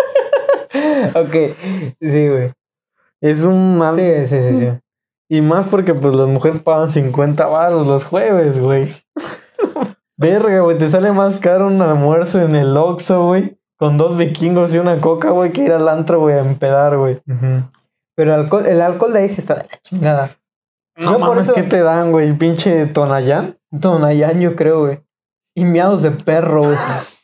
Ok. Sí, güey. Es un mal... Sí. Y más porque, pues, las mujeres pagan 50 baros los jueves, güey. Verga, güey, te sale más caro un almuerzo en el Oxxo, güey, con 2 vikingos y una coca, güey, que ir al antro, güey, a empedar, güey. Pero el alcohol de ahí sí está de la chingada. No Yo por mames, eso- ¿qué te dan, güey? ¿Pinche Tonayán? Tonayán, yo creo, güey. Y miados de perro, güey.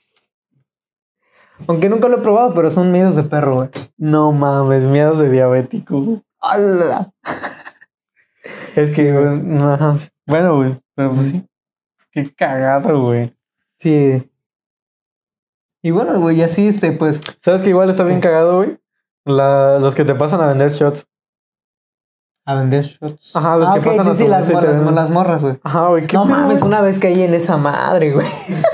Aunque nunca lo he probado, pero son miados de perro, güey. No mames, miedos de diabético, güey. ¡Hala! Es que, güey, ajá. Bueno, güey, pero pues sí. Qué cagado, güey. Sí. Y bueno, güey, así, pues... ¿Sabes que igual está bien cagado, güey? Los que te pasan a vender shots. A vender shots. Ajá, los que ok, pasan a sí, tu las mesa y te morras, venden. las morras, güey. Ajá, güey. ¿Qué No pedo, mames, güey? una vez caí en esa madre, güey.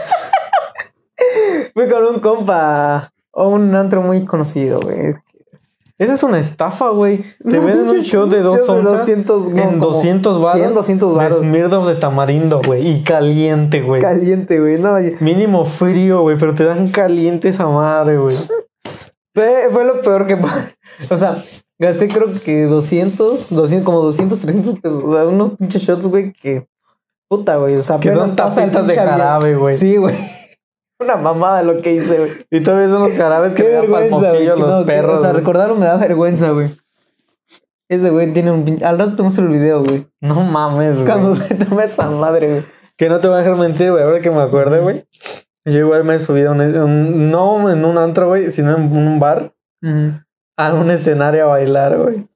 Fui con un compa a un antro muy conocido, güey. Esa es una estafa, güey. Te No, venden un pinche shot de 2 onzas 200, no, en como 200 baros. 100, 200 varos. De Smirnoff de tamarindo, güey. Y caliente, güey. Caliente, güey. No, oye, Mínimo frío, güey. Pero te dan caliente esa madre, güey. fue lo peor que... O sea, gasté creo que 200, como 200, 300 pesos. O sea, unos pinches shots, güey, que... Puta, güey. O sea, Que apenas son pasa el tapitas de pinche avión. jarabe, güey. Sí, güey. Una mamada lo que hice, güey. Y todavía son los jarabes que Qué le dan para el vergüenza, güey. moquillo a los No, perros. o sea, güey. recordarlo me da vergüenza, güey. Ese güey tiene un pinche... Al rato te muestro el video, güey. No mames, güey. Cuando se toma esa madre, güey. Que no te voy a dejar mentir, güey. Ahora que me acuerde, güey. Yo igual me he subido no en un antro, güey, sino en un bar. A un escenario a bailar, güey.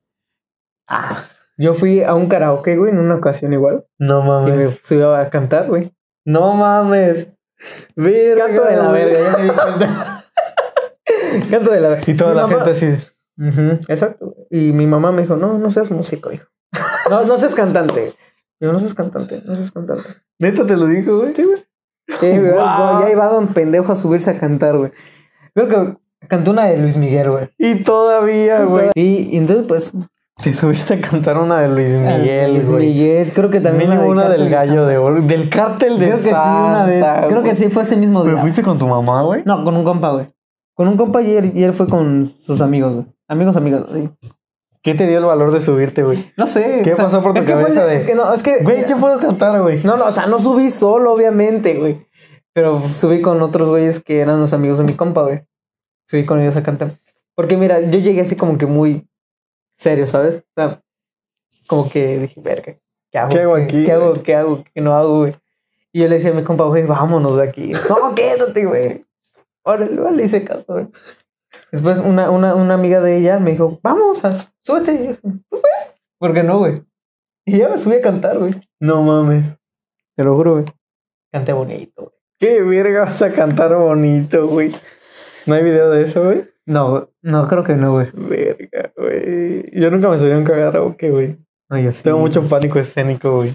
Yo fui a un karaoke, güey, en una ocasión igual. No Y me mames. subí a cantar, güey. No mames. Verga, Canto de la güey. verga, ya me di cuenta. Canto de la verga. Y toda Mi la mamá- gente así. Ujú, exacto. Y mi mamá me dijo, no seas músico, hijo. No seas cantante. Yo, no seas cantante. ¿Neta te lo dijo, güey? Sí, güey. Sí, güey, Wow. ya iba don pendejo a subirse a cantar, güey. Creo que cantó una de Luis Miguel, güey. Y todavía, güey. Y entonces, pues, Te subiste a cantar una de Luis Miguel, Luis güey. Miguel, creo que también Mínimo una Cártel del de gallo Santa. de oro. Del cártel de Creo que sí, una vez. Santa, Creo que güey. sí, fue ese mismo día. ¿Pero fuiste con tu mamá, güey? No, con un compa, güey. Con un compa y él fue con sus amigos, güey. Amigos, sí. ¿Qué te dio el valor de subirte, güey? No sé. ¿Qué pasó por tu es que fue cabeza de- Es que no, es que... Güey, ¿qué puedo cantar, güey? No, o sea, no subí solo, obviamente, güey. Pero subí con otros güeyes que eran los amigos de mi compa, güey. Subí con ellos a cantar. Porque mira, yo llegué así como que muy serio, ¿sabes? O sea, como que dije, verga, ¿qué hago? ¿Qué hago aquí, ¿Qué hago? güey? ¿Qué hago? ¿Qué no hago, güey? Y yo le decía a mi compa, güey, vámonos de aquí. No, quédate, güey. Órale, le hice caso, güey. Después una amiga de ella me dijo, vamos, súbete. Y yo, pues, güey, ¿por qué no, güey? Y ya me subí a cantar, güey. No mames. Te lo juro, güey. Canté bonito, güey. ¿Qué verga vas a cantar bonito, güey? ¿No hay video de eso, güey? No, creo que no, güey. Verga, güey. Yo nunca me subí a un karaoke, güey. No, yo sí. Tengo mucho pánico escénico, güey.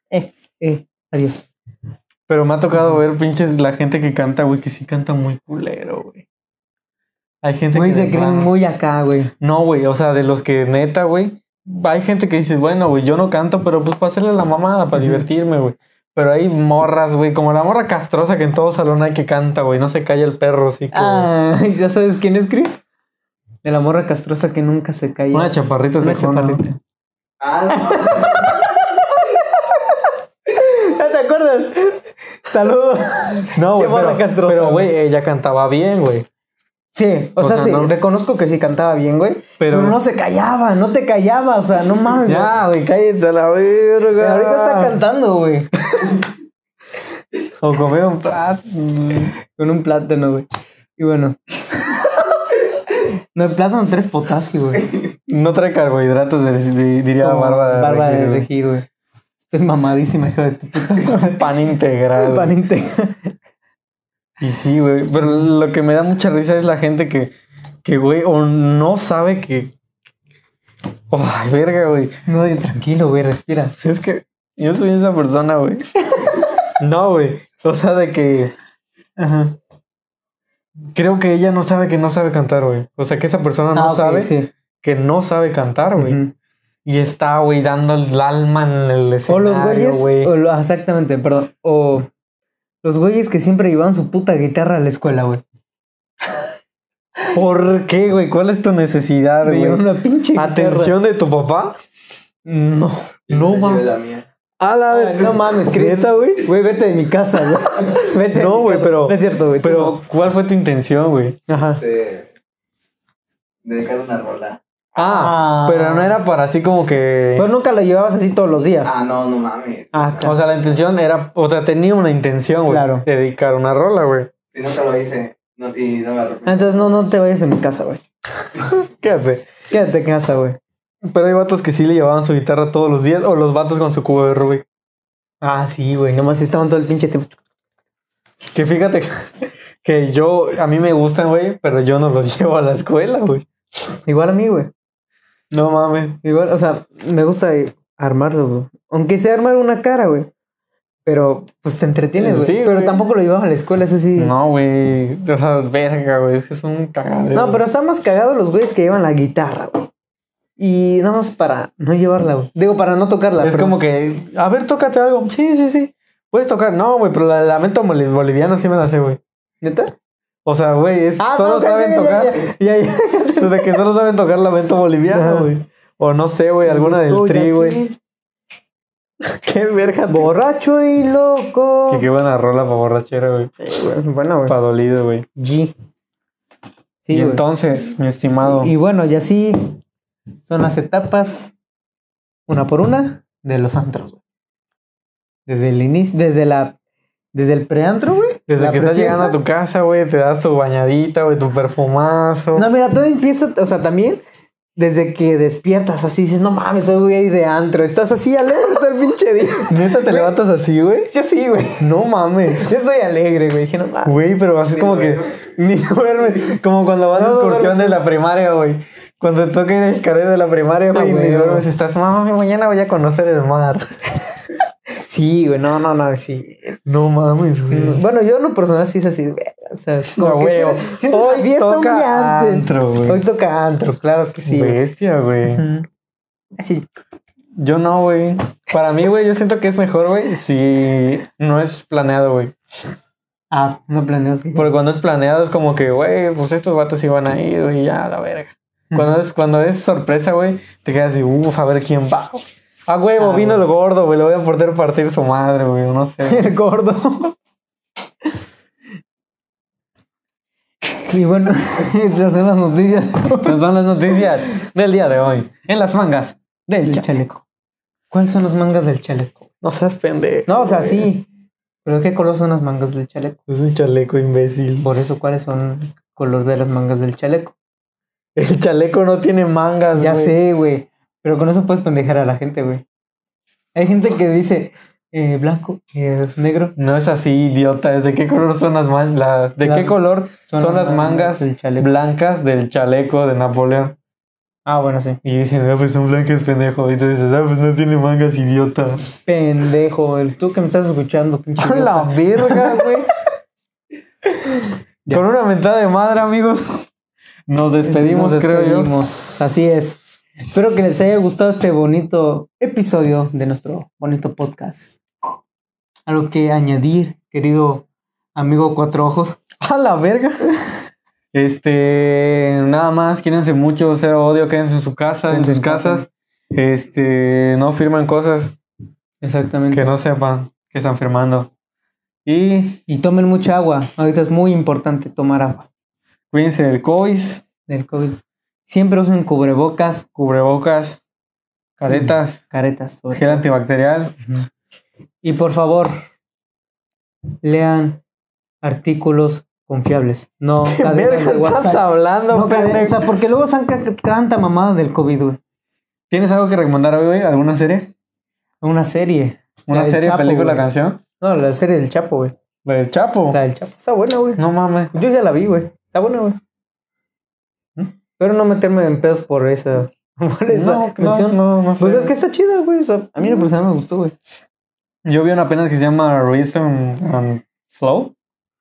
Adiós. Pero me ha tocado ver pinches la gente que canta, güey, que sí canta muy culero, güey. Hay gente Muy que... se de creen plano- muy acá, güey. No, güey, o sea, de los que neta, güey. Hay gente que dice, bueno, güey, yo no canto, pero pues para hacerle la mamada, para Ujú. divertirme, güey. Pero hay morras, güey, como la morra castrosa que en todo salón hay que canta, güey. No se calla el perro, sí. Ah, ¿ya sabes quién es, Chris? De la morra castrosa que nunca se caía. Una chaparrita Una se pone, ¿no? chaparrita. Ah, ¿Ya te acuerdas? Saludos. No, güey, Chaparra castrosa, pero, güey, güey. ella cantaba bien, güey. Sí, o O sea, sea, sí, no. reconozco que sí cantaba bien, güey. Pero- Pero no se callaba, no te callaba, o sea, no mames. Ya, güey, cállate a la güey. verga. Ahorita está cantando, güey. O comer un plato. Con un plátano, güey. Y bueno. No, el plátano trae potasio, güey. No trae carbohidratos, diría Como Bárbara. Bárbara de Regil, güey. Regir, güey. Estoy mamadísima, hija de tu puta madre. Pan integral. Pan güey. integral. Y sí, güey. Pero lo que me da mucha risa es la gente que güey, o no sabe que. Ay, verga, güey. No, tranquilo, güey, respira. Es que yo soy esa persona, güey. No, güey. O sea, de que. Ajá. Creo que ella no sabe que no sabe cantar, güey. O sea, que esa persona no ok, sabe sí. que no sabe cantar, güey. Ujú. Y está, güey, dando el alma en el O escenario, los güeyes, güey. exactamente, perdón. O los güeyes que siempre llevan su puta guitarra a la escuela, güey. ¿Por qué, güey? ¿Cuál es tu necesidad, Me güey? llevan una pinche guitarra. ¿Atención de tu papá? No. No, me mames. llevé la mía. A la Ay, verga. no mames, Chris. ¿Neta, güey? Güey, vete de mi casa, güey. Vete de No, mi güey, casa. pero... No es cierto, güey. tú Pero, ¿cuál fue tu intención, güey? no. Ajá. Dedicar una rola. Ah. Pero no era para así como que... Pero nunca lo llevabas así todos los días. Ah, no mames. Ah, O sea, la intención era... O sea, tenía una intención, güey. Claro. Dedicar una rola, güey. Y nunca lo hice. No, y no me arrepiento. Entonces no te vayas de mi casa, güey. Quédate. Quédate en casa, güey. Pero hay vatos que sí le llevaban su guitarra todos los días. O los vatos con su cubo de Rubik. Ah, sí, güey. Nomás estaban todo el pinche tiempo. Que fíjate Que a mí me gustan, güey, pero yo no los llevo a la escuela, güey. Igual a mí, güey. No mames. Igual, o sea, me gusta armarlo, güey. Aunque sea armar una cara, güey. Pero, pues te entretienes, güey. Sí, pero güey. tampoco lo llevaba a la escuela, eso sí. No, güey. O sea, verga, güey. Es que es un cagadero. No, pero están más cagados los güeyes que llevan la guitarra, güey. Y nada más para no llevarla, güey. Digo, para no tocarla. Es pero- como que, a ver, tócate algo. Sí, sí, sí. Puedes tocar. No, güey, pero la de lamento boliviano sí me la sé, güey. ¿Neta? O sea, güey, solo no, saben ya, tocar. Ya. O sea, de que solo saben tocar lamento boliviano, Ajá. güey. O no sé, güey, alguna del Estoy tri, aquí, güey. Qué verga. borracho y loco. Que qué buena rola para borrachera, güey. Bueno, güey. Para dolido, güey. G. Sí, Y güey. entonces, mi estimado. Y bueno, y así son las etapas, una por una, de los antros, güey. Desde el inicio, desde el preantro, güey. Desde la que estás prefiesta. llegando a tu casa, güey, te das tu bañadita, güey, tu perfumazo. No, mira, todo empieza, o sea, también desde que despiertas así, dices, no mames, soy güey de antro. Estás así alerta el pinche día. ¿Neta te levantas así, güey? Yo sí, güey. No mames. Yo estoy alegre, güey. Dije, no mames. Güey, pero así es como que ni duerme. Como cuando vas a No, excursión duermes. de la primaria, güey. Cuando te toca ir a escalar de la primaria, güey, y güey, ni no. duermes. Estás, mami, mañana voy a conocer el mar. Sí, güey, no, sí. No mames, güey. Bueno, yo en lo personal sí es así, güey. O sea, es como No, que güey. siento Hoy la fiesta un toca día antes. antro, güey. Hoy toca antro, claro que sí. güey. Bestia, güey. Ujú. Así. Yo no, güey. Para mí, güey, yo siento que es mejor, güey, si no es planeado, güey. Ah, no planeo así. Porque cuando es planeado es como que, güey, pues estos vatos iban a ir, güey, ya, la verga. Cuando es sorpresa, güey, te quedas así, a ver quién va. Ah, huevo, Ah, vino güey. el gordo, güey, le voy a poder partir su madre, güey, no sé. El gordo. Y bueno, estas son las noticias Estas son las noticias del día de hoy. En las mangas del del chaleco. ¿Cuáles son las mangas del chaleco? No seas pendejo. No, o sea, güey. sí. ¿Pero qué color son las mangas del chaleco? Es un chaleco imbécil. Por eso, ¿cuáles son el color de las mangas del chaleco? El chaleco no tiene mangas, Ya güey. sé, güey. Pero con eso puedes pendejar a la gente, güey. Hay gente que dice blanco, negro. No es así, idiota. ¿De qué color son las mangas? ¿De Las- qué color son las mangas del chaleco. blancas del chaleco de Napoleón? Ah, bueno, sí. Y dicen, pues son blancas, pendejo. Y tú dices, pues no tiene mangas, idiota. Pendejo, tú que me estás escuchando, pinche. ¡A la verga, güey! Ya. Con una mentada de madre, amigos. Nos despedimos, Nos creo yo. despedimos. Así es. Espero que les haya gustado este bonito episodio de nuestro bonito podcast. Algo que añadir, querido amigo Cuatro Ojos. ¡A la verga! Nada más, quiérense mucho, cero odio, quédense en su casa, en Quédense sus en casa. casas. No firman cosas Exactamente. que no sepan que están firmando. Y Y tomen mucha agua. Ahorita es muy importante tomar agua cuídense del COVID, del COVID. Siempre usen cubrebocas, cubrebocas, caretas, caretas. sobre gel todo. antibacterial. Y por favor, lean artículos confiables. No ¿Qué cadenas verga de WhatsApp. estás hablando, No, pendejo? o sea, porque luego sacan tanta mamada del COVID, güey. ¿Tienes algo que recomendar hoy, güey? ¿Alguna serie? Una serie. ¿Una La del serie, Chapo, película, güey. canción? No, la serie del Chapo, güey. ¿La del Chapo? La del Chapo. Está buena, güey. No mames. Yo ya la vi, güey. Está buena, güey. Pero no meterme en pedos por esa, por esa mención. no Pues sé. es que está chida, güey. O sea, a mí en personal me gustó, güey. Yo vi una apenas que se llama Rhythm and Flow.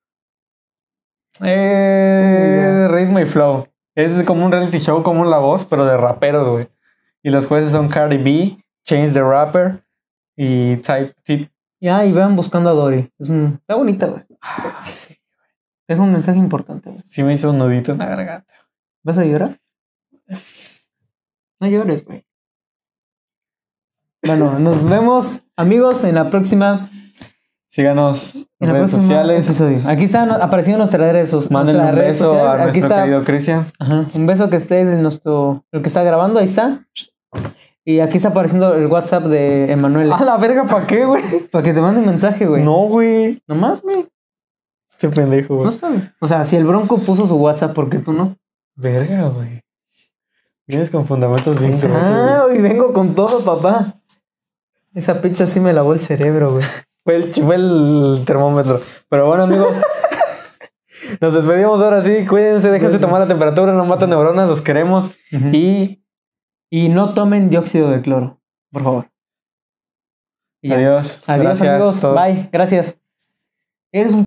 Ritmo y Flow. Es como un reality show, como La Voz, pero de raperos, güey. Y los jueces son Cardi B, Change the Rapper y Tip. Ya, y vean buscando a Dory. Está bonita, güey. Deja un mensaje importante, güey. Sí me hizo un nudito en la garganta. ¿Vas a llorar? No llores, güey. Bueno, nos vemos, amigos, en la próxima. Síganos En en la redes próxima sociales. episodio. Aquí están apareciendo nuestras redes sociales. Mándenle un beso a Aquí nuestro está. querido Cristian. Ajá, un beso que esté en nuestro. El que está grabando, ahí está. Y aquí está apareciendo el WhatsApp de Emanuel. ¡A la verga! ¿Para qué, güey? Para que te mande un mensaje, güey. No, güey. Nomás, güey. Qué pendejo, güey. No sabe. O sea, si el Bronco puso su WhatsApp, ¿por qué tú no? Verga, güey. Vienes con fundamentos bien grosos, güey. Ah, hoy vengo con todo, papá. Esa pizza sí me lavó el cerebro, güey. Fue el termómetro. Pero bueno, amigos, Nos despedimos ahora sí. Cuídense, déjense tomar la temperatura, no maten neuronas, los queremos. Y Y no tomen dióxido de cloro, por favor. Y ya. adiós. Adiós, Gracias, amigos. todos. Bye. Gracias. Eres un